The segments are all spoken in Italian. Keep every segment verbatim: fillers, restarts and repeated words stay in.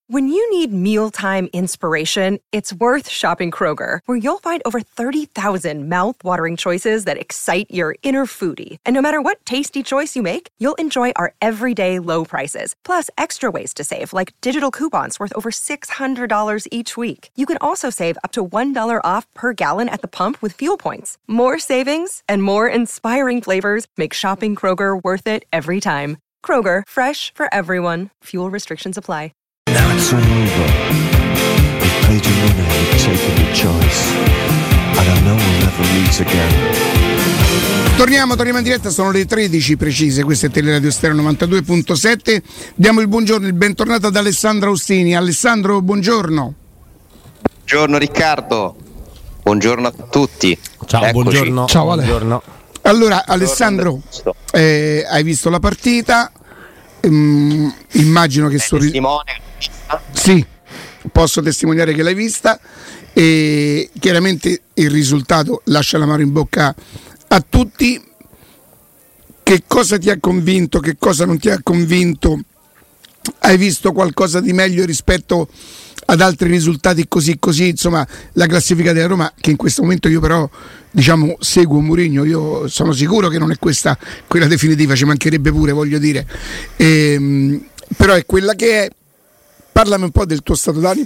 When you need mealtime inspiration, it's worth shopping Kroger, where you'll find over thirty thousand mouth-watering choices that excite your inner foodie. And no matter what tasty choice you make, you'll enjoy our everyday low prices, plus extra ways to save, like digital coupons worth over six hundred dollars each week. You can also save up to one dollar off per gallon at the pump with fuel points. More savings and more inspiring flavors make shopping Kroger worth it every time. Kroger, fresh for everyone. Fuel restrictions apply. Now it's all over. We've paid your money, we've taken your choice, and I know we'll never meet again. Torniamo, torniamo in diretta, sono le tredici precise, questa è Teleradio Stereo novantadue virgola sette. Diamo il buongiorno, il bentornato ad Alessandro Austini. Alessandro, buongiorno. Buongiorno Riccardo, buongiorno a tutti. Ciao, Eccoci. buongiorno. Ciao Ale. Buongiorno. Allora, Alessandro, eh, hai visto la partita? Um, immagino che sorrisi. Testimone. Sì, posso testimoniare che l'hai vista e chiaramente il risultato lascia l'amaro in bocca a tutti. Che cosa ti ha convinto, che cosa non ti ha convinto? Hai visto qualcosa di meglio rispetto ad altri risultati così così? Insomma, la classifica della Roma, che in questo momento io però diciamo seguo Mourinho, io sono sicuro che non è questa quella definitiva, ci mancherebbe pure, voglio dire, ehm, però è quella che è. Parlami un po' del tuo stato d'animo.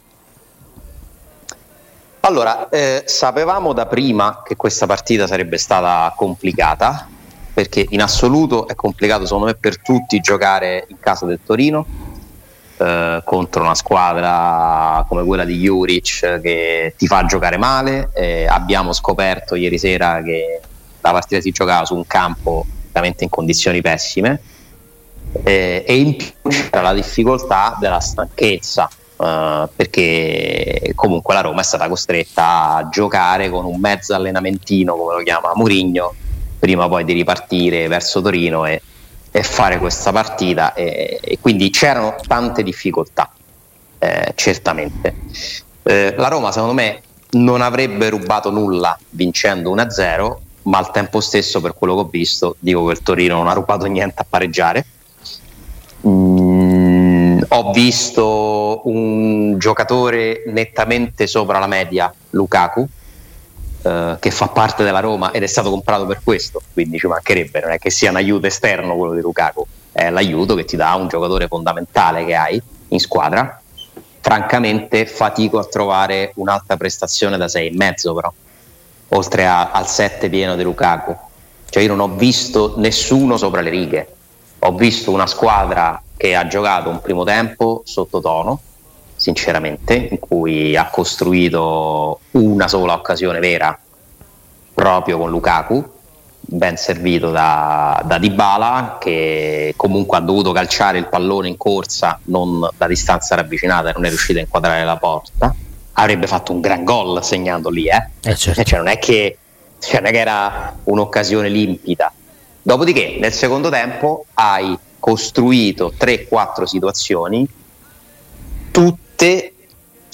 Allora, eh, sapevamo da prima che questa partita sarebbe stata complicata, perché in assoluto è complicato secondo me per tutti giocare in casa del Torino eh, contro una squadra come quella di Juric che ti fa giocare male. Eh, abbiamo scoperto ieri sera che la partita si giocava su un campo veramente in condizioni pessime. Eh, e in più c'era la difficoltà della stanchezza, eh, perché comunque la Roma è stata costretta a giocare con un mezzo allenamentino, come lo chiama Mourinho, prima poi di ripartire verso Torino e, e fare questa partita, e, e quindi c'erano tante difficoltà, eh, certamente. Eh, la Roma secondo me non avrebbe rubato nulla vincendo uno a zero, ma al tempo stesso, per quello che ho visto, dico che il Torino non ha rubato niente a pareggiare. Mm, ho visto un giocatore nettamente sopra la media, Lukaku, eh, che fa parte della Roma ed è stato comprato per questo, quindi ci mancherebbe, non è che sia un aiuto esterno quello di Lukaku, è l'aiuto che ti dà un giocatore fondamentale che hai in squadra. Francamente fatico a trovare un'alta prestazione da sei e mezzo, però oltre a, al sette pieno di Lukaku, cioè io non ho visto nessuno sopra le righe. Ho visto una squadra che ha giocato un primo tempo sottotono, sinceramente, in cui ha costruito una sola occasione vera proprio con Lukaku, ben servito da, da Dybala, che comunque ha dovuto calciare il pallone in corsa, non da distanza ravvicinata, e non è riuscito a inquadrare la porta. Avrebbe fatto un gran gol segnando lì, eh? Eh certo. Cioè, non è che, cioè, non è che era un'occasione limpida. Dopodiché nel secondo tempo hai costruito tre quattro situazioni, tutte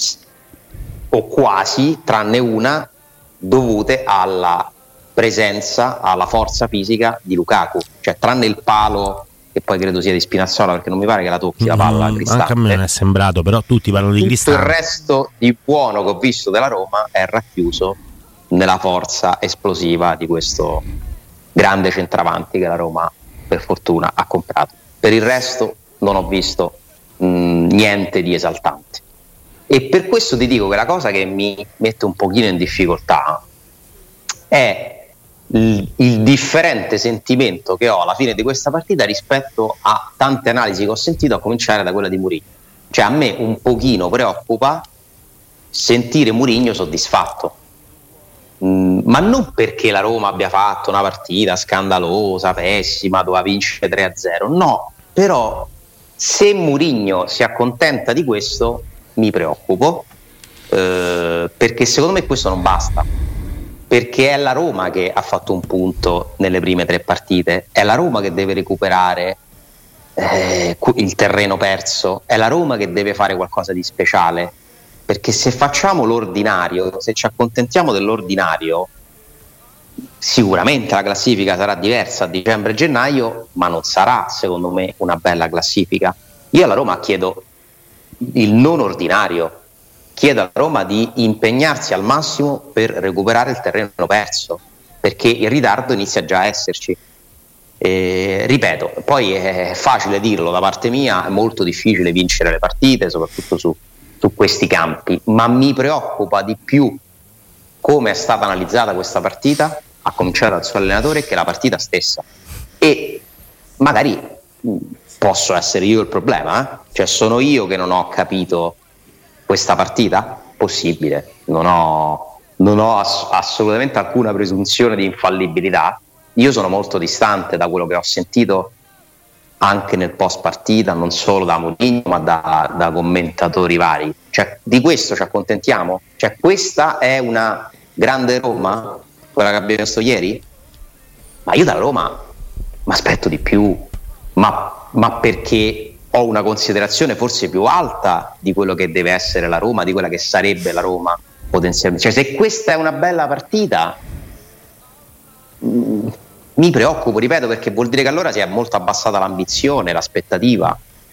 o quasi, tranne una, dovute alla presenza, alla forza fisica di Lukaku, cioè tranne il palo che poi credo sia di Spinazzola, perché non mi pare che la tocchi la palla, mm, Cristante. Anche a me non è sembrato, però tutti parlano di Tutto Cristante. il resto di buono che ho visto della Roma è racchiuso nella forza esplosiva di questo grande centravanti che la Roma per fortuna ha comprato. Per il resto non ho visto mh, niente di esaltante, e per questo ti dico che la cosa che mi mette un pochino in difficoltà è il, il differente sentimento che ho alla fine di questa partita rispetto a tante analisi che ho sentito, a cominciare da quella di Mourinho. Cioè a me un pochino preoccupa sentire Mourinho soddisfatto. Mm, ma non perché la Roma abbia fatto una partita scandalosa, pessima, doveva vincere tre a zero, no, però se Mourinho si accontenta di questo mi preoccupo, eh, perché secondo me questo non basta, perché è la Roma che ha fatto un punto nelle prime tre partite, è la Roma che deve recuperare eh, il terreno perso, è la Roma che deve fare qualcosa di speciale. Perché se facciamo l'ordinario, se ci accontentiamo dell'ordinario, sicuramente la classifica sarà diversa a dicembre e gennaio, ma non sarà secondo me una bella classifica. Io alla Roma chiedo il non ordinario. Chiedo a Roma di impegnarsi al massimo per recuperare il terreno perso, perché il ritardo inizia già a esserci. Eh, ripeto, poi è facile dirlo da parte mia, è molto difficile vincere le partite, soprattutto su, su questi campi, ma mi preoccupa di più come è stata analizzata questa partita, a cominciare dal suo allenatore, che la partita stessa. E magari posso essere io il problema, eh? Cioè sono io che non ho capito questa partita? Possibile, non ho, non ho ass- assolutamente alcuna presunzione di infallibilità. Io sono molto distante da quello che ho sentito anche nel post partita, non solo da Mourinho ma da, da commentatori vari. Cioè, di questo ci accontentiamo? Cioè, questa è una grande Roma, quella che abbiamo visto ieri? Ma io da Roma mi aspetto di più, ma, ma perché ho una considerazione forse più alta di quello che deve essere la Roma, di quella che sarebbe la Roma potenzialmente. Cioè, se questa è una bella partita, mh, mi preoccupo, ripeto, perché vuol dire che allora si è molto abbassata l'ambizione, l'aspettativa.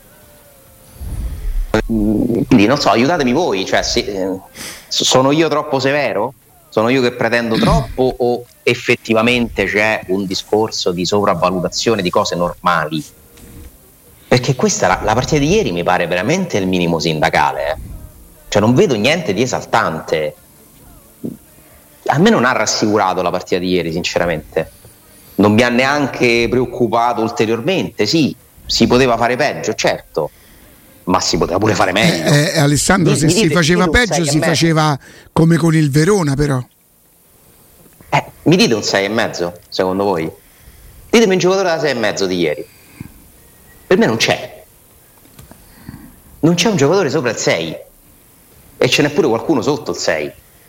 Quindi non so, aiutatemi voi, cioè, se, eh, sono io troppo severo? Sono io che pretendo troppo o effettivamente c'è un discorso di sopravvalutazione di cose normali? Perché questa, la, la partita di ieri mi pare veramente il minimo sindacale, eh? Cioè non vedo niente di esaltante. A me non ha rassicurato la partita di ieri, sinceramente. Non mi ha neanche preoccupato ulteriormente. Sì, si poteva fare peggio, certo, ma si poteva pure fare meglio. Eh, eh, Alessandro, mi, se mi si dite, faceva peggio si faceva come con il Verona, però. Eh, mi dite un sei e mezzo, secondo voi? Ditemi un giocatore da sei e mezzo di ieri. Per me non c'è. Non c'è un giocatore sopra il sei. E ce n'è pure qualcuno sotto il sei.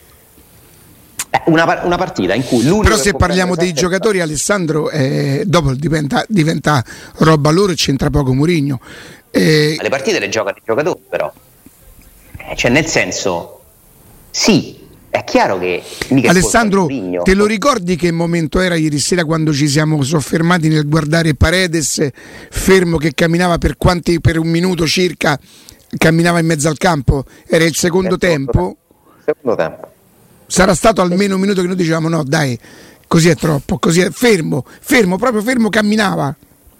Una, una partita in cui l'unico però se parliamo dei giocatori, Alessandro, eh, dopo diventa, diventa roba loro e c'entra poco Mourinho. Eh, le partite le giocano i giocatori, però eh, cioè nel senso, sì, è chiaro che mica Alessandro, te lo ricordi che momento era ieri sera quando ci siamo soffermati nel guardare Paredes fermo che camminava per quanti per un minuto circa, camminava in mezzo al campo? Era il secondo tempo. Secondo tempo. Sarà stato almeno un minuto che noi dicevamo no dai, così è troppo, così è fermo, fermo, proprio fermo camminava.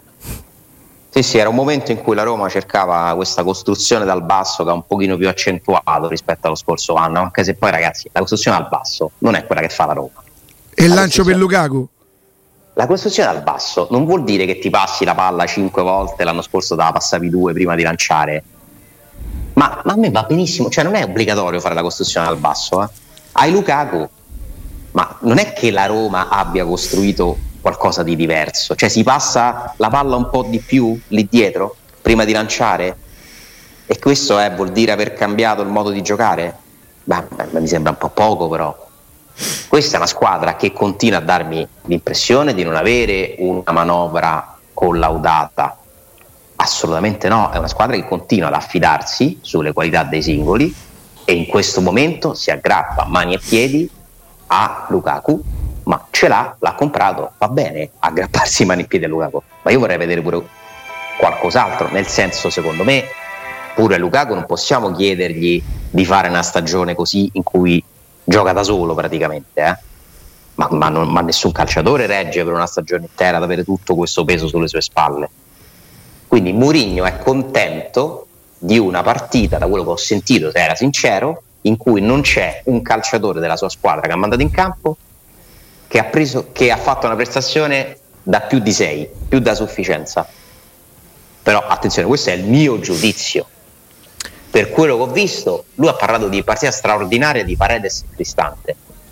Sì sì, era un momento in cui la Roma cercava questa costruzione dal basso che è un pochino più accentuato rispetto allo scorso anno, anche se poi ragazzi la costruzione dal basso non è quella che fa la Roma. E il lancio per Lukaku? La costruzione dal basso non vuol dire che ti passi la palla cinque volte, l'anno scorso te la passavi due prima di lanciare, ma, ma a me va benissimo, cioè non è obbligatorio fare la costruzione dal basso, eh. Hai Lukaku, ma non è che la Roma abbia costruito qualcosa di diverso, cioè si passa la palla un po' di più lì dietro prima di lanciare, e questo è, vuol dire aver cambiato il modo di giocare? Beh, beh, mi sembra un po' poco, però questa è una squadra che continua a darmi l'impressione di non avere una manovra collaudata, assolutamente no, è una squadra che continua ad affidarsi sulle qualità dei singoli e in questo momento si aggrappa mani e piedi a Lukaku, ma ce l'ha, l'ha comprato, va bene aggrapparsi mani e piedi a Lukaku, ma io vorrei vedere pure qualcos'altro, nel senso, secondo me pure Lukaku non possiamo chiedergli di fare una stagione così in cui gioca da solo praticamente, eh? ma, ma, non, ma nessun calciatore regge per una stagione intera ad avere tutto questo peso sulle sue spalle. Quindi Mourinho è contento di una partita, da quello che ho sentito, se era sincero, in cui non c'è un calciatore della sua squadra che ha mandato in campo che ha preso, che ha fatto una prestazione da più di sei, più da sufficienza. Però attenzione, questo è il mio giudizio. Per quello che ho visto, lui ha parlato di partita straordinaria di Paredes e Cristante.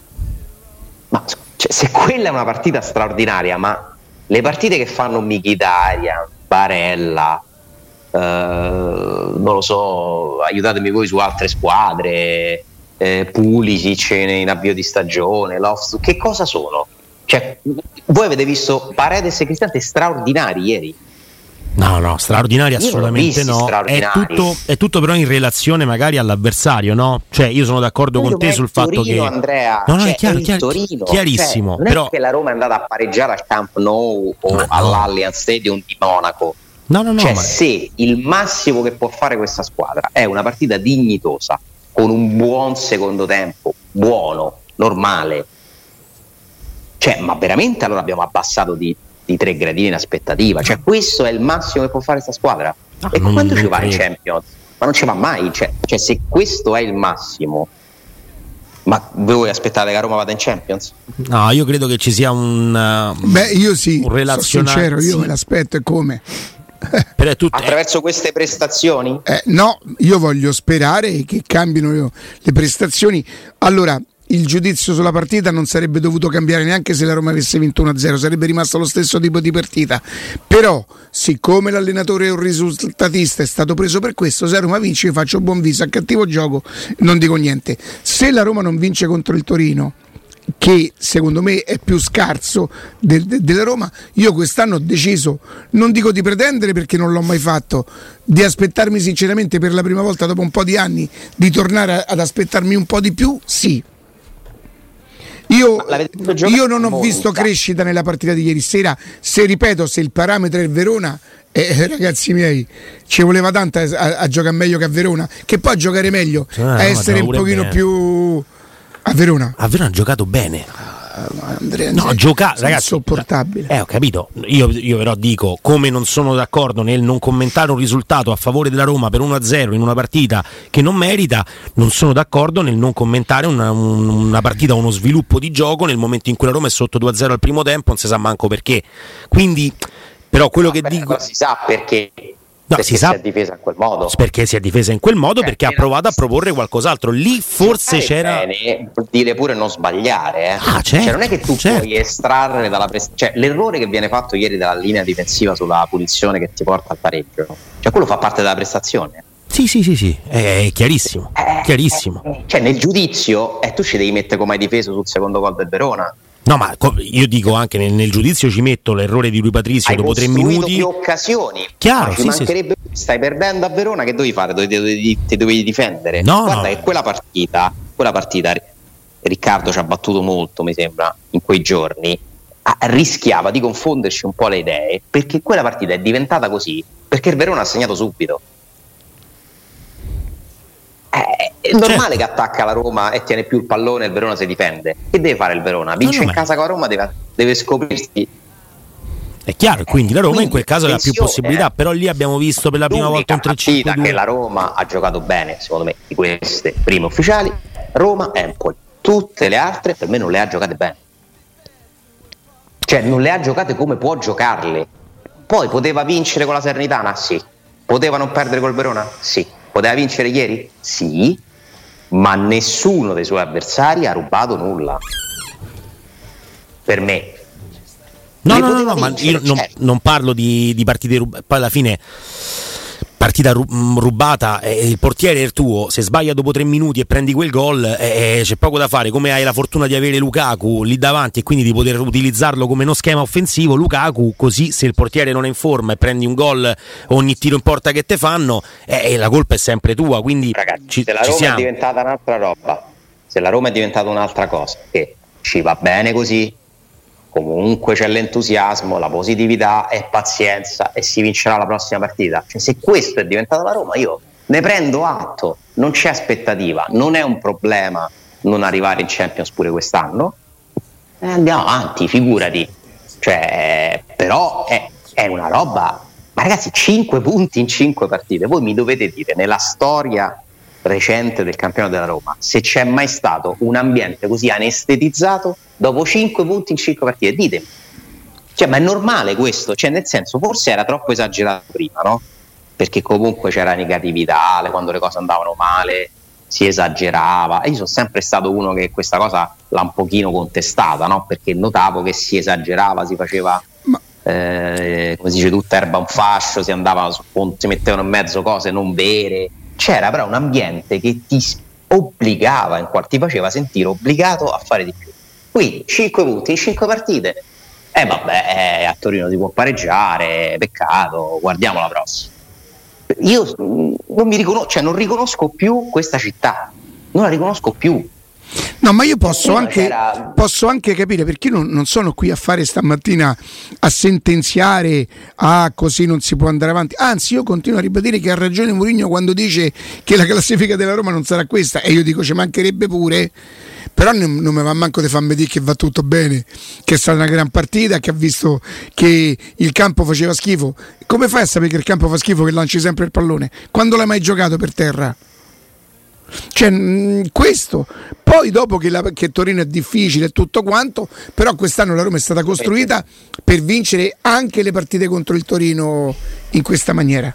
Ma cioè, se quella è una partita straordinaria, ma le partite che fanno Mkhitaryan, Barella, Uh, non lo so, aiutatemi voi su altre squadre, eh, Pulisic in avvio di stagione, Loftus, che cosa sono? Cioè, voi avete visto Paredes e Cristante straordinari ieri? No, no, straordinari assolutamente no. È tutto, è tutto però in relazione magari all'avversario, no? Cioè, io sono d'accordo con te sul fatto Torino, che Andrea, no, no, cioè, è chiaro, è chiaro, Torino, chiarissimo. Cioè, non però è che la Roma è andata a pareggiare al Camp Nou o no. all'Allianz Stadium di Monaco. No, no, no, cioè ma... se il massimo che può fare questa squadra è una partita dignitosa, con un buon secondo tempo, buono, normale, cioè, ma veramente allora abbiamo abbassato di, di tre gradini in aspettativa, cioè questo è il massimo che può fare questa squadra. No, e quando ci va in Champions? Ma non ci va mai, cioè, cioè se questo è il massimo, ma voi aspettate che a Roma vada in Champions? No, io credo che ci sia un uh, beh io sì, un relazionale, sono sincero, io sì. me l'aspetto e come Però è tutto, attraverso queste prestazioni? Eh, no, io voglio sperare che cambino le prestazioni. Allora, il giudizio sulla partita non sarebbe dovuto cambiare neanche se la Roma avesse vinto uno a zero, sarebbe rimasto lo stesso tipo di partita. Però, siccome l'allenatore è un risultatista, è stato preso per questo, se la Roma vince io faccio buon viso, a cattivo gioco non dico niente. Se la Roma non vince contro il Torino, che secondo me è più scarso del, de, della Roma, io quest'anno ho deciso, non dico di pretendere perché non l'ho mai fatto, di aspettarmi sinceramente per la prima volta dopo un po' di anni di tornare ad aspettarmi un po' di più, sì. Io, io non ho visto crescita nella partita di ieri sera, se ripeto, se il parametro è il Verona, eh, ragazzi miei, ci voleva tanto a, a, a giocare meglio che a Verona, che poi a giocare meglio, cioè, a essere un pochino bene. più... A Verona? A Verona ha giocato bene. Andrea, no, giocare, ragazzi, insopportabile. Eh, ho capito. Io, io però dico, come non sono d'accordo nel non commentare un risultato a favore della Roma per uno a zero in una partita che non merita, non sono d'accordo nel non commentare una, una partita, uno sviluppo di gioco nel momento in cui la Roma è sotto due a zero al primo tempo, non si sa manco perché. Quindi, però quello no, che beh, dico... Si sa perché... No, perché si, sa, si è difesa in quel modo, perché si è difesa in quel modo, eh, perché ha provato a proporre qualcos'altro. Lì forse c'era bene, vuol dire pure non sbagliare, eh. ah, certo, cioè non è che tu certo. puoi estrarre dalla pres- cioè l'errore che viene fatto ieri dalla linea difensiva sulla punizione che ti porta al pareggio, cioè quello fa parte della prestazione. Sì, sì, sì, sì, è chiarissimo, eh, chiarissimo. Eh, cioè nel giudizio eh, tu ci devi mettere come hai difeso sul secondo gol del Verona. No, ma io dico anche nel, nel giudizio ci metto l'errore di Rui Patricio hai dopo tre minuti. Più occasioni. Chiaro, ma ci sì, mancherebbe. Sì. Stai perdendo a Verona, che dovevi fare? Dovevi, dovevi, ti dovevi difendere. No, guarda no. che quella partita, quella partita Riccardo ci ha battuto molto, mi sembra, in quei giorni. Ah, rischiava di confonderci un po' le idee, perché quella partita è diventata così perché il Verona ha segnato subito. È normale, certo, che attacca la Roma e tiene più il pallone e il Verona si difende. Che deve fare il Verona? Vince no, no, in casa con la Roma, deve, deve scoprirsi. È chiaro, quindi la Roma quindi, in quel caso ha più possibilità, però lì abbiamo visto per la prima volta un tre cinque due. Che la Roma ha giocato bene, secondo me, di queste prime ufficiali, Roma-Empoli. Tutte le altre per me non le ha giocate bene. Cioè non le ha giocate come può giocarle. Poi poteva vincere con la Salernitana? Sì. Poteva non perdere col Verona? Sì. Poteva vincere ieri? Sì. Ma nessuno dei suoi avversari ha rubato nulla, per me. No, no, no, no, ma io non, non parlo di, di partite rubate. Poi alla fine partita rubata, eh, il portiere è il tuo, se sbaglia dopo tre minuti e prendi quel gol, eh, c'è poco da fare. Come hai la fortuna di avere Lukaku lì davanti e quindi di poter utilizzarlo come uno schema offensivo, Lukaku, così se il portiere non è in forma e prendi un gol ogni tiro in porta che te fanno, eh, la colpa è sempre tua. Quindi ragazzi, ci, se la ci Roma siamo. è diventata un'altra roba, se la Roma è diventata un'altra cosa, che ci va bene così, comunque c'è l'entusiasmo, la positività e pazienza e si vincerà la prossima partita. Cioè, se questo è diventato la Roma, io ne prendo atto, non c'è aspettativa, non è un problema non arrivare in Champions pure quest'anno, e andiamo avanti, figurati. Cioè, però è, è una roba, ma ragazzi, cinque punti in cinque partite, voi mi dovete dire nella storia recente del campionato della Roma se c'è mai stato un ambiente così anestetizzato dopo cinque punti in cinque partite. Ditemi, cioè, ma è normale questo? Cioè, nel senso, forse era troppo esagerato prima, no? Perché comunque c'era negatività, quando le cose andavano male si esagerava, e io sono sempre stato uno che questa cosa l'ha un pochino contestata, no? Perché notavo che si esagerava, si faceva ma... eh, come si dice, tutta erba un fascio, si andava su, si mettevano in mezzo cose non vere. C'era però un ambiente che ti obbligava, in qual ti faceva sentire obbligato a fare di più. Qui cinque punti in cinque partite, e eh, vabbè, eh, a Torino si può pareggiare, peccato, guardiamo la prossima. Io non mi riconosco, cioè non riconosco più questa città, non la riconosco più. No, ma io posso anche, c'era... posso anche capire, perché non, non sono qui a fare stamattina a sentenziare, ah così non si può andare avanti, anzi io continuo a ribadire che ha ragione Mourinho quando dice che la classifica della Roma non sarà questa, e io dico ci mancherebbe pure, però non, non mi va manco di farmi dire che va tutto bene, che è stata una gran partita, che ha visto che il campo faceva schifo. Come fai a sapere che il campo fa schifo che lanci sempre il pallone? Quando l'hai mai giocato per terra? Cioè mh, questo poi dopo che, la, che Torino è difficile e tutto quanto, però quest'anno la Roma è stata costruita per vincere anche le partite contro il Torino in questa maniera,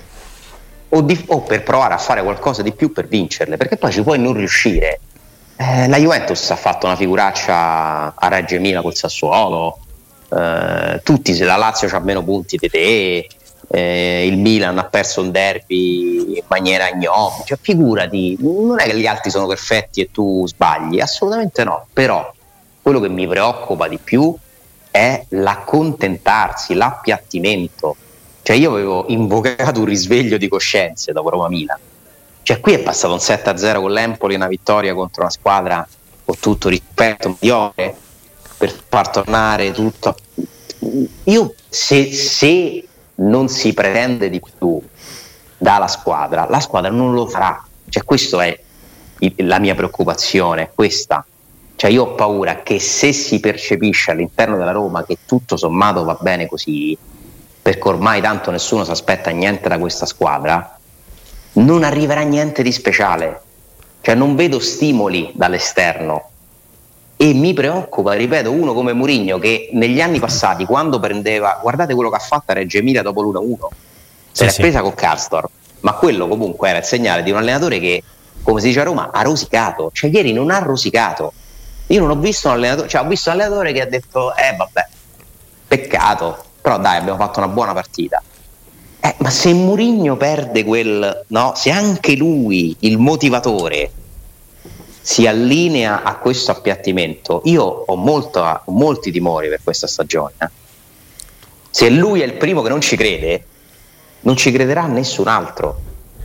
o, di, o per provare a fare qualcosa di più per vincerle, perché poi ci puoi non riuscire. eh, la Juventus ha fatto una figuraccia a Reggio Emilia col Sassuolo, eh, tutti, se la Lazio c'ha meno punti di te, Eh, il Milan ha perso un derby in maniera ignobile, cioè figurati, non è che gli altri sono perfetti e tu sbagli, assolutamente no, però quello che mi preoccupa di più è l'accontentarsi, l'appiattimento. Cioè io avevo invocato un risveglio di coscienze dopo Roma-Milan, cioè qui è passato un sette a zero con l'Empoli, una vittoria contro una squadra con tutto rispetto mediocre, per far tornare tutto. Io se, se non si pretende di più dalla squadra, la squadra non lo farà, cioè questo è il, la mia preoccupazione, questa. Cioè io ho paura che se si percepisce all'interno della Roma che tutto sommato va bene così, perché ormai tanto nessuno si aspetta niente da questa squadra, non arriverà niente di speciale, cioè non vedo stimoli dall'esterno. E mi preoccupa, ripeto, uno come Mourinho che negli anni passati, quando prendeva, guardate quello che ha fatto a Reggio Emilia dopo l'uno a uno, se l'è sì, presa sì. con Karsdorp, ma quello comunque era il segnale di un allenatore che, come si dice a Roma, ha rosicato. Cioè ieri non ha rosicato. Io non ho visto un allenatore, cioè ho visto un allenatore che ha detto eh vabbè, peccato, però dai, abbiamo fatto una buona partita. Eh, ma se Mourinho perde quel, no, se anche lui, il motivatore, si allinea a questo appiattimento, io ho, molto, ho molti timori per questa stagione. Eh. Se lui è il primo che non ci crede, non ci crederà nessun altro.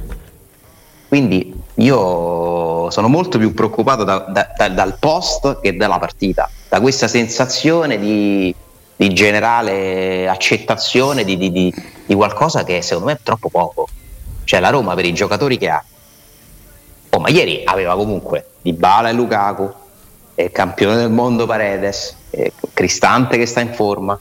Quindi io sono molto più preoccupato da, da, da, dal post che dalla partita, da questa sensazione di, di generale accettazione di, di, di, di qualcosa che secondo me è troppo poco. Cioè la Roma per i giocatori che ha, oh, ma ieri aveva comunque Dybala e Lukaku, eh, campione del mondo Paredes, eh, Cristante che sta in forma,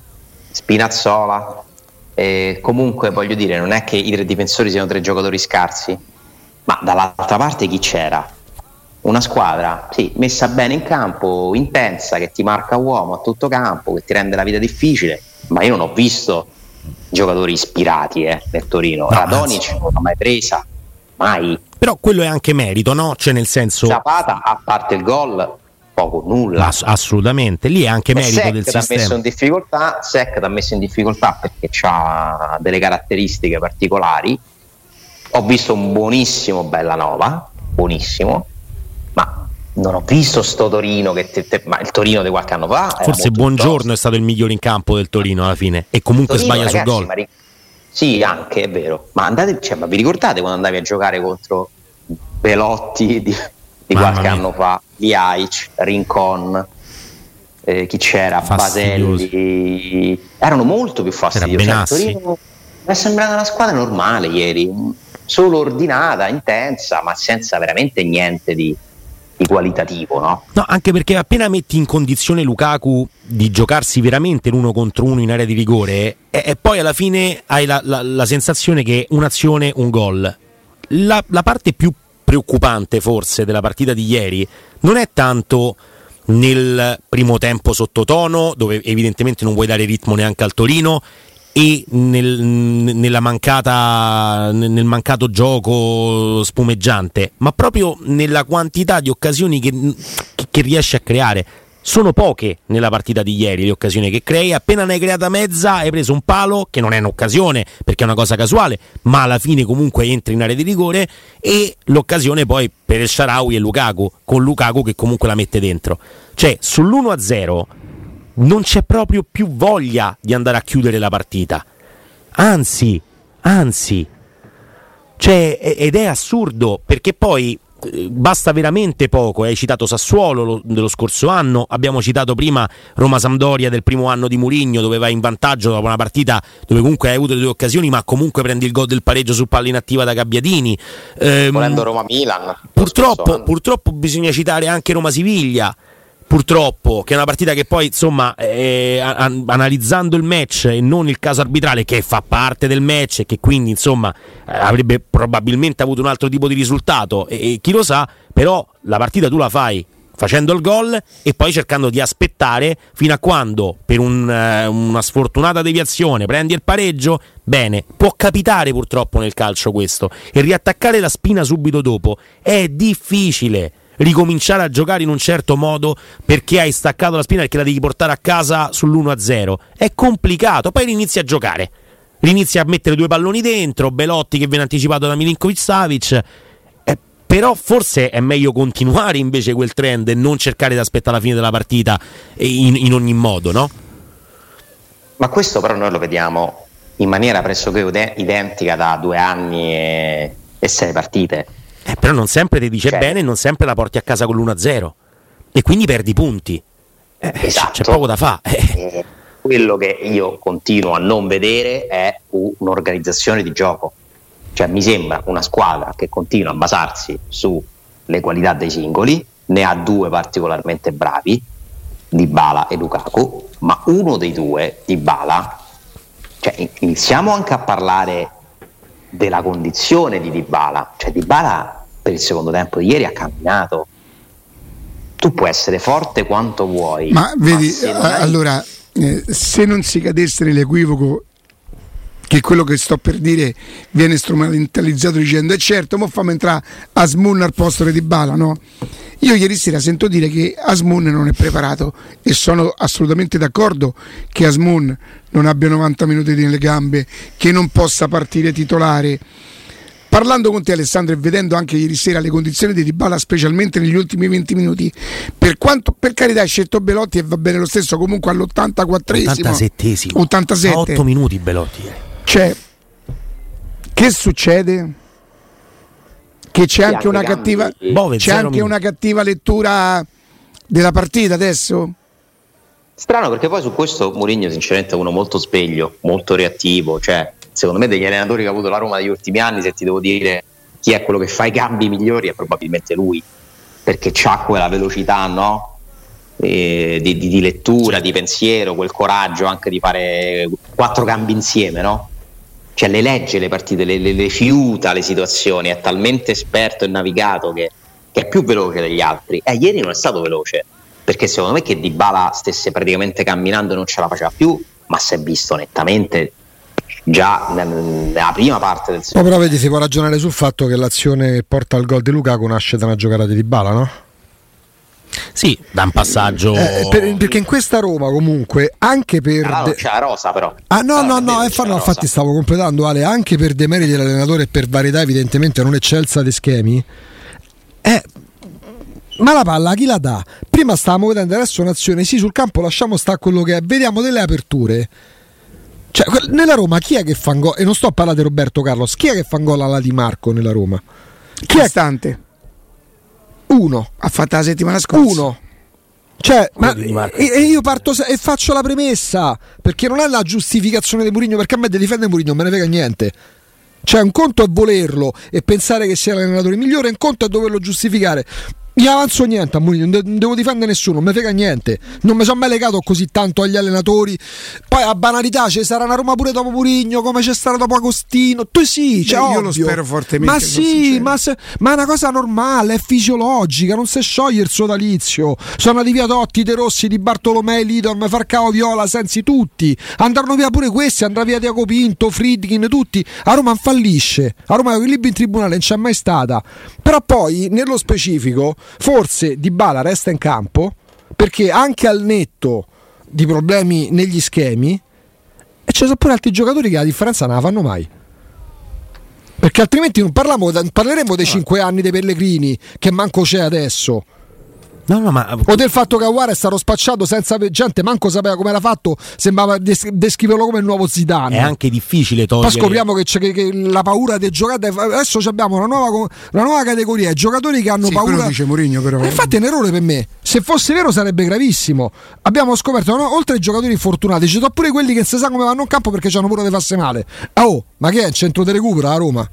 Spinazzola, eh, comunque voglio dire, non è che i tre difensori siano tre giocatori scarsi, ma dall'altra parte chi c'era? Una squadra sì, messa bene in campo, intensa, che ti marca uomo a tutto campo, che ti rende la vita difficile, ma io non ho visto giocatori ispirati eh, nel Torino. No, Radonic non l'ho mai presa, mai. Però quello è anche merito, no? Cioè nel senso, Zapata, a parte il gol, poco, nulla. Ass- assolutamente, lì è anche e merito Sek del t'ha sistema. messo in difficoltà, Sek t'ha messo in difficoltà perché ha delle caratteristiche particolari. Ho visto un buonissimo Bellanova, buonissimo, ma non ho visto sto Torino che te, te, ma il Torino di qualche anno fa. Forse Buongiorno è stato il migliore in campo del Torino alla fine, e comunque Torino, sbaglia ragazzi, sul gol. Ri- sì, anche è vero. Ma andate, cioè, ma vi ricordate quando andavi a giocare contro Belotti di, di qualche mia. anno fa, Ljajic, Rincon, eh, chi c'era? Fastidioso. Baselli, erano molto più fastidiosi. Cioè, Torino mi è sembrata una squadra normale ieri, solo ordinata, intensa, ma senza veramente niente di, di qualitativo, no? No, anche perché appena metti in condizione Lukaku di giocarsi veramente l'uno contro uno in area di rigore, e, e poi alla fine hai la, la, la sensazione che un'azione, un gol. La, la parte più preoccupante forse della partita di ieri non è tanto nel primo tempo sottotono, dove evidentemente non vuoi dare ritmo neanche al Torino, e nel, nella mancata, nel mancato gioco spumeggiante, ma proprio nella quantità di occasioni che, che, che riesci a creare. Sono poche nella partita di ieri le occasioni che crei, appena ne hai creata mezza hai preso un palo, che non è un'occasione perché è una cosa casuale, ma alla fine comunque entri in area di rigore, e l'occasione poi per El Shaarawy e Lukaku, con Lukaku che comunque la mette dentro. Cioè sull'uno a zero non c'è proprio più voglia di andare a chiudere la partita, anzi, anzi, cioè, ed è assurdo perché poi basta veramente poco. Hai citato Sassuolo lo, dello scorso anno, abbiamo citato prima Roma-Sampdoria del primo anno di Mourinho, dove vai in vantaggio dopo una partita dove comunque hai avuto le due occasioni, ma comunque prendi il gol del pareggio su palla inattiva da Gabbiadini. ehm, volendo Roma-Milan purtroppo, purtroppo bisogna citare anche Roma-Siviglia, purtroppo, che è una partita che poi insomma eh, an- analizzando il match e non il caso arbitrale che fa parte del match e che quindi insomma eh, avrebbe probabilmente avuto un altro tipo di risultato e, e chi lo sa, però la partita tu la fai facendo il gol e poi cercando di aspettare fino a quando per un, eh, una sfortunata deviazione prendi il pareggio. Bene, può capitare purtroppo nel calcio questo, e riattaccare la spina subito dopo è difficile. Ricominciare a giocare in un certo modo perché hai staccato la spina, perché la devi portare a casa sull'uno a zero, è complicato. Poi inizi a giocare, inizi a mettere due palloni dentro, Belotti che viene anticipato da Milinkovic-Savic, eh, però forse è meglio continuare invece quel trend e non cercare di aspettare la fine della partita in, in ogni modo, no? Ma questo però noi lo vediamo in maniera pressoché identica da due anni e, e sei partite. Eh, però non sempre ti dice cioè, bene e non sempre la porti a casa con l'uno a zero e quindi perdi punti. Eh, esatto. C'è poco da fare. Eh, quello che io continuo a non vedere è un'organizzazione di gioco. Cioè mi sembra una squadra che continua a basarsi sulle qualità dei singoli, ne ha due particolarmente bravi, Dybala e Lukaku, ma uno dei due, Dybala, cioè iniziamo anche a parlare della condizione di Dybala. Cioè Dybala per il secondo tempo di ieri ha camminato. Tu puoi essere forte quanto vuoi, ma vedi, ma allora hai... eh, se non si cadesse nell'equivoco che quello che sto per dire viene strumentalizzato dicendo e eh certo, mo fammi entrare Asmun al posto di Dybala, no? Io ieri sera sento dire che Asmun non è preparato e sono assolutamente d'accordo che Asmun non abbia novanta minuti nelle gambe, che non possa partire titolare. Parlando con te Alessandro e vedendo anche ieri sera le condizioni di Dybala, specialmente negli ultimi venti minuti, per quanto, per carità, hai scelto Belotti e va bene lo stesso, comunque all'ottantaquattresimo ottantasettesimo ottantasette otto minuti Belotti. Cioè, che succede? Che c'è anche, anche una cattiva Bove, c'è anche una cattiva lettura della partita adesso? Strano, perché poi su questo Mourinho sinceramente è uno molto sveglio, molto reattivo. Cioè secondo me degli allenatori che ha avuto la Roma negli ultimi anni, se ti devo dire chi è quello che fa i cambi migliori è probabilmente lui, perché c'ha quella velocità, no? E di, di, di lettura, di pensiero, quel coraggio anche di fare quattro cambi insieme, no? Cioè le legge le partite, le, le, le fiuta le situazioni, è talmente esperto e navigato che, che è più veloce degli altri. E eh, ieri non è stato veloce, perché secondo me che Dybala stesse praticamente camminando e non ce la faceva più, ma si è visto nettamente già nella prima parte del secondo. No, però vedi, si può ragionare sul fatto che l'azione che porta al gol di Lukaku nasce da una giocata di Dybala, no? Sì, da un passaggio eh, per, perché in questa Roma comunque anche per ah, de... c'è la rosa però ah no allora, no no, eh, fa, no infatti stavo completando Ale, anche per demeriti dell'allenatore e per varietà evidentemente non eccelsa di schemi, eh, ma la palla a chi la dà? Prima stavamo vedendo adesso un'azione, sì, sul campo lasciamo stare quello che è, vediamo delle aperture. Cioè nella Roma chi è che fa un gol? E non sto a parlare di Roberto Carlos, chi è che fa un gol alla Di Marco nella Roma? Chi è Stante? Uno ha fatto la settimana scorsa uno cioè ma, e, e io parto e faccio la premessa, perché non è la giustificazione di Mourinho, perché a me di difendere Mourinho non me ne frega niente. Cioè un conto è volerlo e pensare che sia l'allenatore migliore, un conto è doverlo giustificare. Gli avanzo niente a Mourinho, non devo difendere nessuno, non mi frega niente, non mi sono mai legato così tanto agli allenatori. Poi a banalità ci sarà una Roma pure dopo Mourinho, come c'è stata dopo Agostino. Tu sì, cioè, io ovvio. lo spero fortemente. Ma sì, ma, se, ma è una cosa normale, è fisiologica, non si scioglie il sodalizio. Sono andati via Totti, De Rossi, Di Bartolomei, Lidorm, Falcao, Viola, Sensi, tutti. Andranno via pure questi, andrà via Tiago Pinto, Friedkin, tutti. A Roma non fallisce, a Roma l'equilibrio in tribunale non c'è mai stata. Però poi, nello specifico, forse Dybala resta in campo perché anche al netto di problemi negli schemi, e ci sono pure altri giocatori che la differenza non la fanno mai, perché altrimenti non parliamo, parleremo dei cinque anni dei Pellegrini che manco c'è adesso. No, no, ma... o del fatto che Aouar è stato spacciato senza gente manco sapeva come era fatto, sembrava des- descriverlo come il nuovo Zidane. È anche difficile togliere. Poi scopriamo che, c'è, che, che la paura dei giocatori, adesso abbiamo una nuova, una nuova categoria, giocatori che hanno sì, paura. Dice Mourinho, però. E infatti è un errore per me. Se fosse vero sarebbe gravissimo. Abbiamo scoperto, no, oltre ai giocatori infortunati, ci sono pure quelli che non si sa come vanno in campo perché hanno paura di farsi male. Oh, ma che è il centro di recupero a Roma?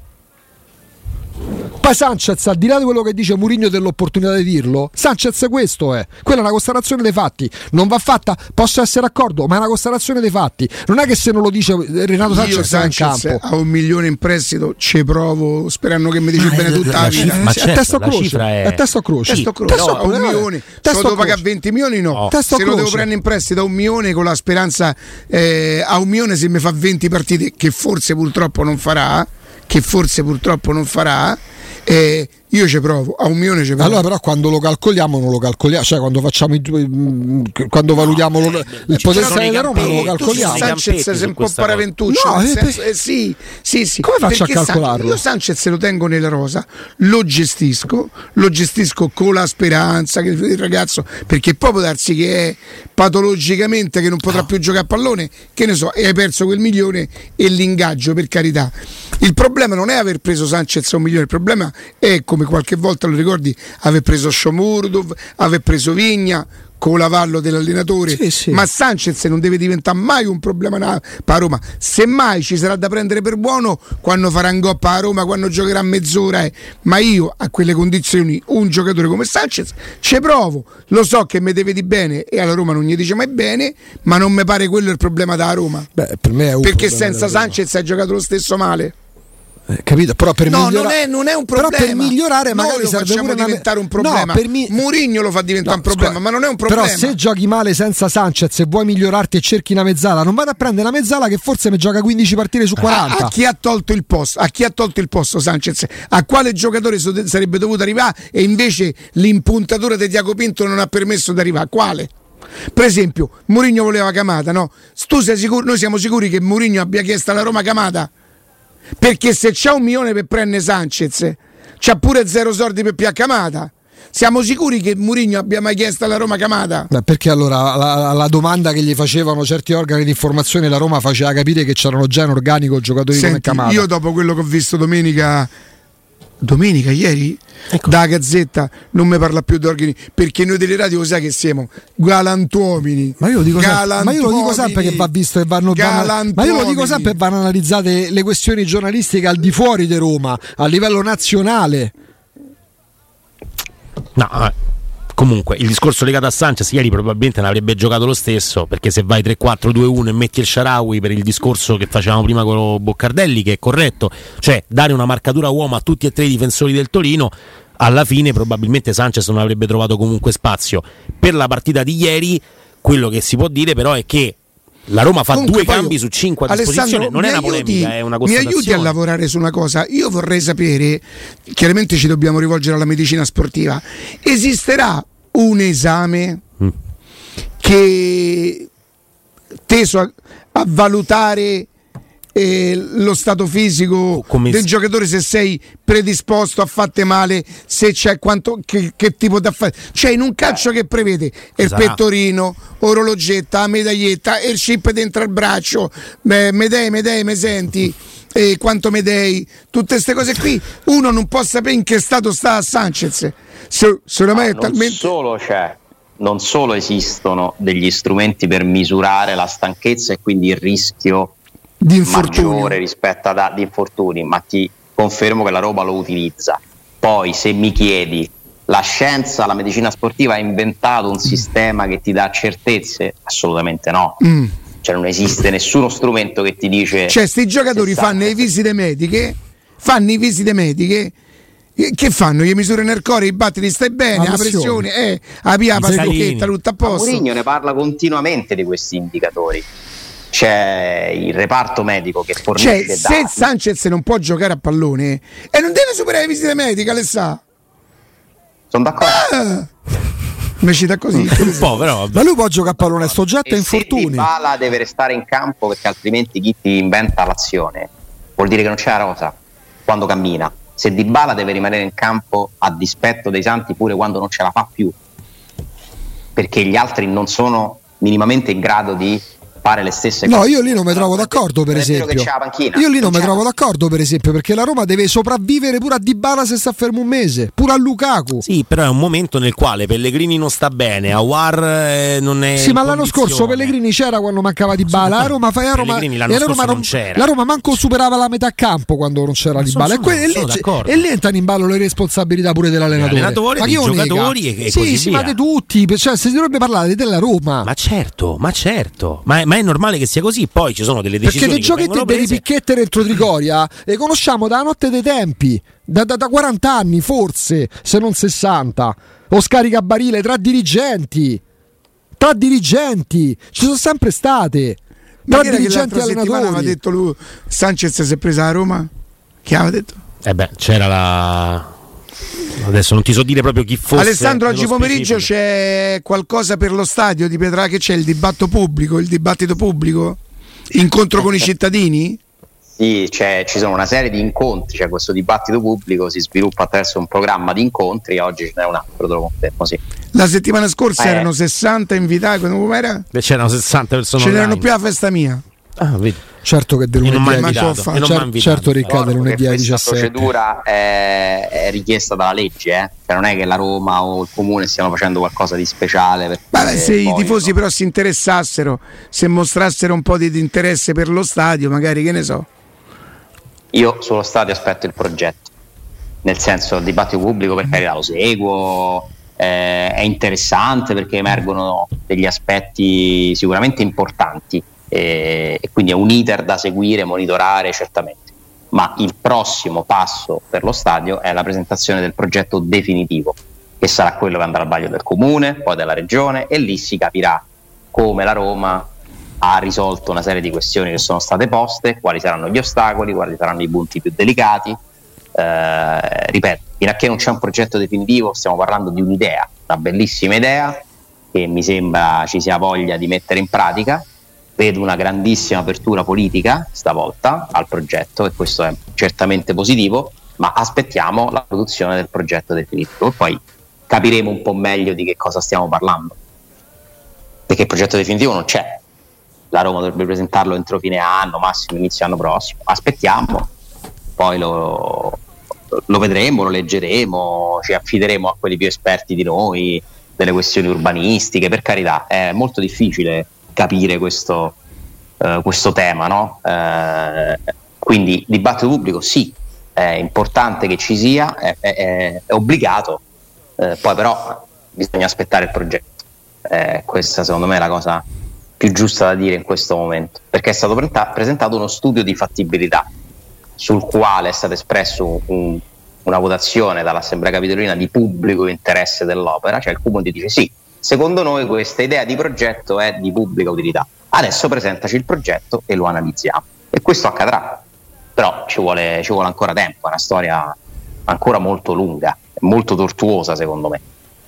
Poi Sanchez, al di là di quello che dice Mourinho dell'opportunità di dirlo, Sanchez questo è, quella è una constatazione dei fatti, non va fatta, posso essere d'accordo, ma è una constatazione dei fatti, non è che se non lo dice Renato Sanchez, io Sanchez in campo a un milione in prestito ci provo sperando che mi dici bene tutta la, la vita, ma certo, è testo a croce, è... è testo a croce, testo a croce. Testo, a un no, milione testo se lo devo pagare venti milioni no, oh. se lo devo prendere in prestito a un milione con la speranza eh, a un milione se mi fa venti partite che forse purtroppo non farà che forse purtroppo non farà eh, io ci provo, a un milione ci provo. Allora però quando lo calcoliamo non lo calcoliamo, cioè quando facciamo i, quando valutiamo lo, il potenziale della Roma non lo calcoliamo. Sanchez è un po' paraventuccio, no, nel eh, senso, eh, sì, sì, sì. Come faccio Perché a calcolarlo? Sanchez, io Sanchez lo tengo nella rosa, lo gestisco, lo gestisco con la speranza che il ragazzo, perché poi può darsi che è patologicamente che non potrà più giocare a pallone, che ne so, e hai perso quel milione e l'ingaggio, per carità. Il problema non è aver preso Sanchez a un milione, il problema è, come qualche volta lo ricordi, aver preso Shomurdov, aver preso Vigna con l'avallo dell'allenatore, sì, sì. Ma Sanchez non deve diventare mai un problema per Roma, semmai ci sarà da prendere per buono quando farà un gol a Roma, quando giocherà mezz'ora, eh. Ma io a quelle condizioni un giocatore come Sanchez ci provo, lo so che mi deve di bene e alla Roma non gli dice mai bene, ma non mi pare quello il problema da Roma. Beh, per me è un perché senza Sanchez hai giocato lo stesso male. Eh, capito? Però per no, migliora... non, è, non è un problema. Però per migliorare noi magari lo serve facciamo pure diventare una... un problema. No, per mi... Mourinho lo fa diventare no, un problema, scusa, ma non è un problema. Però se giochi male senza Sanchez e vuoi migliorarti e cerchi una mezzala, non vado a prendere una mezzala che forse mi gioca quindici partite su quaranta. A, a chi ha tolto il posto? A chi ha tolto il posto Sanchez? A quale giocatore so- sarebbe dovuto arrivare e invece l'impuntatura di Tiago Pinto non ha permesso di arrivare? Quale? Per esempio, Mourinho voleva Camada, no? Tu sei sicuro? Noi siamo sicuri che Mourinho abbia chiesto alla Roma Camada? Perché se c'ha un milione per prendere Sanchez, c'ha pure zero soldi per più Camada. Siamo sicuri che Mourinho abbia mai chiesto alla Roma Camada? Beh, perché allora la, la domanda che gli facevano certi organi di informazione, la Roma faceva capire che c'erano già in organico giocatori Senti, come Camada. Io dopo quello che ho visto domenica Domenica, ieri, ecco, da Gazzetta non mi parla più di organi, perché noi delle radio sai che siamo galantuomini. Ma io lo dico sempre, ma io lo dico sempre che va visto e vanno vanno, ma io lo dico sempre che vanno analizzate le questioni giornalistiche al di fuori di Roma, a livello nazionale. No, eh. Comunque il discorso legato a Sanchez ieri probabilmente ne avrebbe giocato lo stesso, perché se vai tre quattro due uno e metti il Shaarawy, per il discorso che facevamo prima con Boccardelli, che è corretto, cioè dare una marcatura uomo a tutti e tre i difensori del Torino, alla fine probabilmente Sanchez non avrebbe trovato comunque spazio. Per la partita di ieri quello che si può dire però è che la Roma fa Comunque, due cambi su cinque a disposizione, non è una polemica, aiuti, è una constatazione. Mi aiuti a lavorare su una cosa. Io vorrei sapere, chiaramente ci dobbiamo rivolgere alla medicina sportiva, esisterà un esame mm. che teso a, a valutare eh, lo stato fisico Come del s- giocatore, se sei predisposto a fatte male, se c'è quanto, che, che tipo da fare, cioè in un calcio eh. che prevede il sarà. pettorino, orologetta, la medaglietta, il chip dentro al braccio, beh, medei, medei, me senti e quanto medei, tutte queste cose qui, uno non può sapere in che stato sta Sanchez. Se, se no, è non talmente... solo c'è, non solo esistono degli strumenti per misurare la stanchezza e quindi il rischio di maggiore rispetto ad, ad infortuni, ma ti confermo che la Roma lo utilizza. Poi se mi chiedi, la scienza, la medicina sportiva ha inventato un mm. sistema che ti dà certezze? Assolutamente no. Mm. Cioè non esiste nessuno strumento che ti dice, cioè sti giocatori fanno le visite mediche fanno le visite mediche che fanno? Gli misurano il cuore, i battiti, stai bene, la pressione, eh, la pia, la pastacchetta, tutto a posto. Mourinho ne parla continuamente di questi indicatori. C'è il reparto medico che fornisce cioè, se dati. Sanchez non può giocare a pallone e non deve superare le visite mediche, le sa. Sono d'accordo. Ah! Mi cita così. Un po', però. Ma lui può giocare a pallone, sto oggetto è infortuni. Se Dybala deve restare in campo perché altrimenti chi ti inventa l'azione vuol dire che non c'è la rosa quando cammina. Se Dybala deve rimanere in campo a dispetto dei santi pure quando non ce la fa più, perché gli altri non sono minimamente in grado di fare le stesse no, cose. io lì non mi trovo d'accordo, per esempio. Io lì non mi trovo d'accordo, per esempio, perché la Roma deve sopravvivere pure a Dybala se sta fermo un mese, pure a Lukaku. Sì, però è un momento nel quale Pellegrini non sta bene, Aouar eh, non è. Sì, ma l'anno scorso Pellegrini c'era quando mancava Dybala. La Roma, la Roma, l'anno la Roma scorso non, non c'era. La Roma manco superava la metà campo quando non c'era Dybala. E, que- e, lì, e lì entrano in ballo le responsabilità pure dell'allenatore. L'allenatore, ma dei giocatori e, e sì, così sì, via. ma di tutti, cioè si dovrebbe parlare della Roma. Ma certo, ma certo, ma è, ma è normale che sia così. Poi ci sono delle decisioni perché dei giochetti delle picchette dentro Trigoria le conosciamo dalla notte dei tempi, da, da, da quaranta anni forse, se non sessanta. O scaricabarile tra dirigenti, tra dirigenti ci sono sempre state, tra dirigenti e allenatori. Aveva detto lui, Sanchez si è presa a Roma, che aveva detto? Eh beh, c'era la... Adesso non ti so dire proprio chi fosse. Alessandro, oggi pomeriggio c'è qualcosa per lo stadio di Pietra, che c'è il dibattito pubblico, il dibattito pubblico? Incontro con i cittadini? Sì, c'è, ci sono una serie di incontri, c'è questo dibattito pubblico, si sviluppa attraverso un programma di incontri, oggi ce n'è un altro, te lo confermo, sì. La settimana scorsa eh. erano sessanta invitati, com'era? Beh, c'erano sessanta persone. Ce n'erano online. più a festa mia. Ah, vedi. Certo che del lunedì ma certo, certo Riccardo, lunedì alle diciassette. La procedura è, è richiesta dalla legge, eh? Cioè non è che la Roma o il comune stiano facendo qualcosa di speciale. Per ma se i tifosi no? però si interessassero, se mostrassero un po' di interesse per lo stadio, magari, che ne so. Io sullo stadio aspetto il progetto, nel senso il dibattito pubblico per carità lo seguo, eh, è interessante perché emergono degli aspetti sicuramente importanti. E quindi è un iter da seguire, monitorare certamente, ma il prossimo passo per lo stadio è la presentazione del progetto definitivo, che sarà quello che andrà al vaglio del comune, poi della regione, e lì si capirà come la Roma ha risolto una serie di questioni che sono state poste, quali saranno gli ostacoli, quali saranno i punti più delicati. Eh, ripeto, fino a che non c'è un progetto definitivo stiamo parlando di un'idea, una bellissima idea che mi sembra ci sia voglia di mettere in pratica. Vedo una grandissima apertura politica stavolta al progetto e questo è certamente positivo, ma aspettiamo la produzione del progetto definitivo e poi capiremo un po' meglio di che cosa stiamo parlando, perché il progetto definitivo non c'è, la Roma dovrebbe presentarlo entro fine anno, massimo inizio anno prossimo, aspettiamo, poi lo, lo vedremo, lo leggeremo, ci affideremo a quelli più esperti di noi delle questioni urbanistiche, per carità è molto difficile capire questo, uh, questo tema, no? Uh, quindi dibattito pubblico sì, è importante che ci sia, è, è, è obbligato, uh, poi però bisogna aspettare il progetto, uh, questa secondo me è la cosa più giusta da dire in questo momento, perché è stato pre- presentato uno studio di fattibilità sul quale è stato espresso un, una votazione dall'Assemblea Capitolina di pubblico interesse dell'opera, cioè il comune dice sì, secondo noi questa idea di progetto è di pubblica utilità, adesso presentaci il progetto e lo analizziamo, e questo accadrà, però ci vuole, ci vuole ancora tempo, è una storia ancora molto lunga, molto tortuosa secondo me,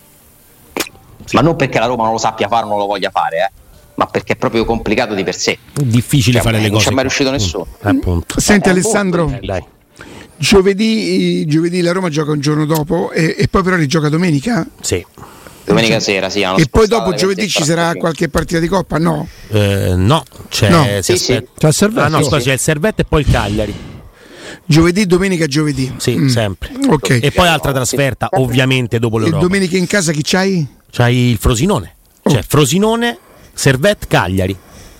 ma non perché la Roma non lo sappia fare o non lo voglia fare, eh, ma perché è proprio complicato di per sé, è difficile cioè, fare le non cose, non c'è mai riuscito nessuno. Appunto. Senti Eh, Alessandro, molto, dai. giovedì, giovedì la Roma gioca un giorno dopo e, e poi però rigioca domenica? Sì. Domenica sera sì, hanno E poi spostato dopo le giovedì ci sarà ventiquattro. qualche partita di Coppa? No? Eh, no, c'è, No. si Sì, aspetta- sì. C'è il Servetto. Ah, no, scusa, c'è il Servetto e poi il Cagliari. Giovedì, domenica, giovedì. Sì, Mm. sempre. Ok. E poi altra trasferta, ovviamente dopo E l'Europa. domenica in casa chi c'hai? C'hai il Frosinone. Cioè Frosinone, Servette, Cagliari.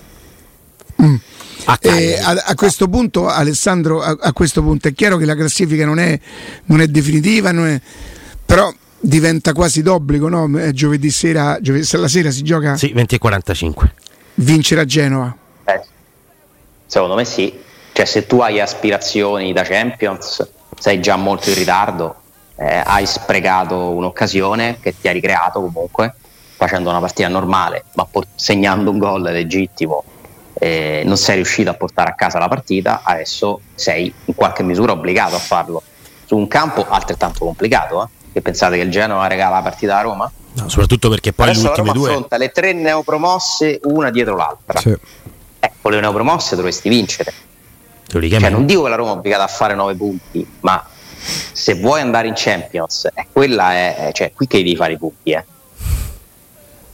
Mm. A Cagliari. Eh, a, a questo punto, Alessandro, a, a questo punto è chiaro che la classifica non è, non è definitiva, non è, però diventa quasi d'obbligo, no? Eh, Giovedì sera, giovedì, la sera si gioca, Sì, venti e quarantacinque. vincere a Genova. Eh, secondo me sì, cioè se tu hai aspirazioni da Champions sei già molto in ritardo, eh, hai sprecato un'occasione che ti hai ricreato comunque facendo una partita normale, ma por- segnando un gol legittimo, eh, non sei riuscito a portare a casa la partita, adesso sei in qualche misura obbligato a farlo su un campo altrettanto complicato, eh? Che pensate che il Genova regala la partita a Roma? No, soprattutto perché poi Adesso le la ultime Roma due. affronta le tre neopromosse una dietro l'altra. Sì. Eh, con le neopromosse dovresti vincere. Cioè, Teoricamente. non dico che la Roma è obbligata a fare nove punti, ma se vuoi andare in Champions, è quella è, è- cioè qui che devi fare i punti, eh.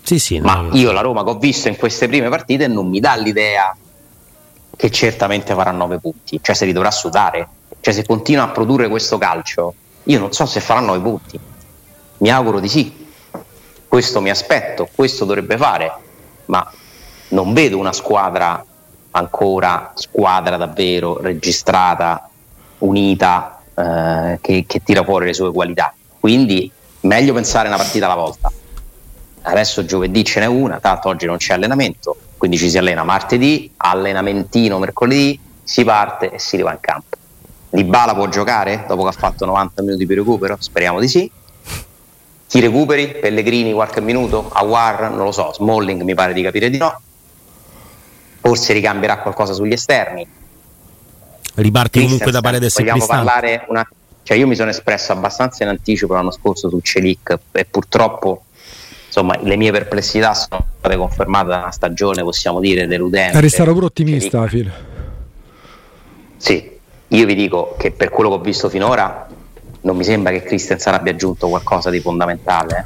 Sì, sì, ma no, io la Roma che ho visto in queste prime partite non mi dà l'idea che certamente farà nove punti, cioè se li dovrà sudare, cioè se continua a produrre questo calcio io non so se farà nove punti, mi auguro di sì, questo mi aspetto, questo dovrebbe fare, ma non vedo una squadra ancora squadra davvero registrata, unita, eh, che, che tira fuori le sue qualità, quindi meglio pensare una partita alla volta. Adesso giovedì ce n'è una, tanto oggi non c'è allenamento, quindi ci si allena martedì, allenamentino mercoledì, si parte e si arriva in campo. Dybala può giocare dopo che ha fatto novanta minuti di recupero? Speriamo di sì. Chi recuperi? Pellegrini qualche minuto? Aouar? Non lo so, Smalling mi pare di capire di no. Forse ricambierà qualcosa sugli esterni. Riparti comunque da Paredes e Vogliamo Cristante. parlare una... Cioè io mi sono espresso abbastanza in anticipo l'anno scorso su Celic e purtroppo insomma le mie perplessità sono state confermate da una stagione, possiamo dire, deludente. Eri stato pure ottimista, Phil. Sì, io vi dico che per quello che ho visto finora non mi sembra che Christensen abbia aggiunto qualcosa di fondamentale.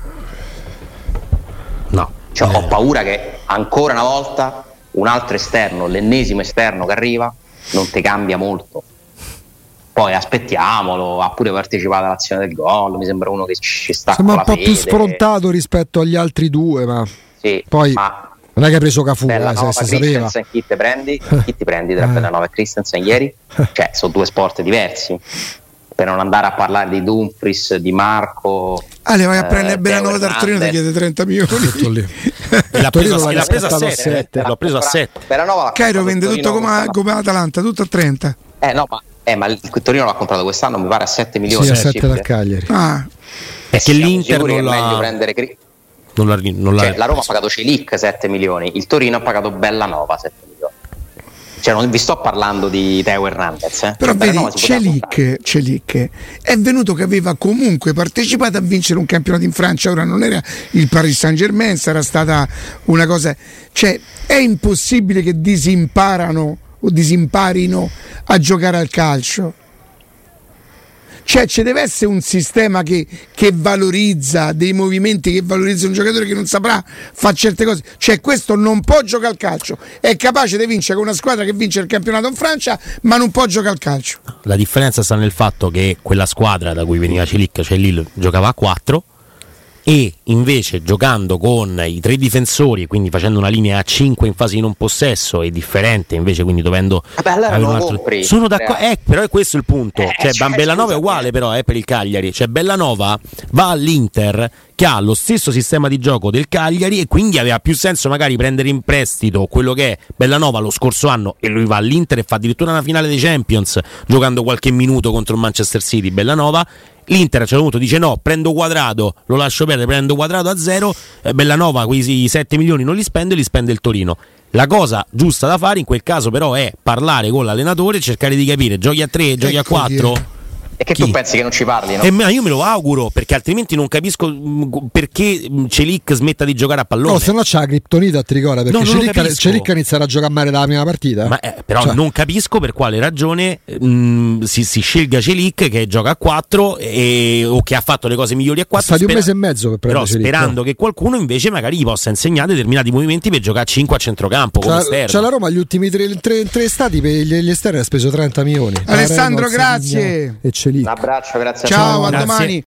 No. Cioè, eh. ho paura che ancora una volta un altro esterno, l'ennesimo esterno che arriva, non ti cambia molto. Poi aspettiamolo, ha pure partecipato all'azione del gol, mi sembra uno che ci sta. Sembra un po' fede. più sfrontato rispetto agli altri due, ma sì, poi ma non è che ha preso Cafu, Bella eh, Nova, se si sapeva. Christensen, chi ti prendi? Chi ti prendi tra Eh. Bellanova e Christensen ieri? Cioè, sono due sport diversi. Per non andare a parlare di Dumfries, di Marco. Ale, vai a eh, prendere Bellanova Teo dal Torino, ti Hernandez. chiede trenta milioni. Tutto lì. E l'ha Torino preso, l'ha l'ha preso a aspettato a sette, sette. l'ho preso a sette. Bellanova l'ha Cairo comprato vende il tutto Torino come, quest'anno. come Atalanta, tutto a trenta. Eh no, ma, eh, ma il Torino l'ha comprato quest'anno, mi pare a sette milioni. Sì, a eh, sette sì, dal Cagliari. Ah, È che siamo l'Inter sicuri non che è meglio l'ha, prendere Cri- non l'ha, non l'ha cioè, la Roma ha pagato Celic sette milioni, il Torino ha pagato Bellanova sette milioni. Cioè, non vi sto parlando di Teo Hernandez, eh. però Cioè, vedi, Bellanova si poteva comprare. Celic, Celic è venuto che aveva comunque partecipato a vincere un campionato in Francia, ora non era il Paris Saint-Germain, sarà stata una cosa, cioè è impossibile che disimparano o disimparino a giocare al calcio. Cioè ci deve essere un sistema che, che valorizza dei movimenti, che valorizza un giocatore che non saprà fare certe cose. Cioè questo non può giocare al calcio, è capace di vincere con una squadra che vince il campionato in Francia, ma non può giocare al calcio. La differenza sta nel fatto che quella squadra da cui veniva Celic, cioè Lille, giocava a quattro e invece giocando con i tre difensori e quindi facendo una linea a cinque in fase di non possesso è differente, invece quindi dovendo Vabbè, allora avere non un lo altro... compri. sono d'accordo, eh, però è questo il punto, Eh, cioè, cioè, Bellanova è scusa, uguale eh. però eh, per il Cagliari, cioè Bellanova va all'Inter che ha lo stesso sistema di gioco del Cagliari e quindi aveva più senso magari prendere in prestito quello che è Bellanova lo scorso anno e lui va all'Inter e fa addirittura una finale dei Champions giocando qualche minuto contro il Manchester City. Bellanova, l'Inter a un certo punto dice no, prendo Quadrado, lo lascio perdere, prendo Quadrado a zero, eh, Bellanova quei sette milioni non li spende, li spende il Torino. La cosa giusta da fare in quel caso però è parlare con l'allenatore e cercare di capire, giochi a tre, giochi a Ecco quattro. E che Chi? tu pensi che non ci parli, no? E me- io me lo auguro perché altrimenti non capisco mh, perché mh, Celic smetta di giocare a pallone. No, se no c'ha la criptonita, ti ricorda, perché No, non lo Celic, capisco. Celic inizierà a giocare male dalla prima partita. Ma, eh, però Cioè. non capisco per quale ragione mh, si, si scelga Celic che gioca a quattro e, o che ha fatto le cose migliori a È quattro. stato un mese e mezzo per però prendere Celic. sperando che qualcuno invece magari gli possa insegnare determinati movimenti per giocare a cinque a centrocampo come C'ha, esterno. c'ha la Roma gli ultimi tre, tre, tre stati per gli, gli esterni ha speso trenta milioni. Alessandro, Reynolds, grazie. Vigna e Celic. Un abbraccio, grazie Ciao, a a tutti. domani.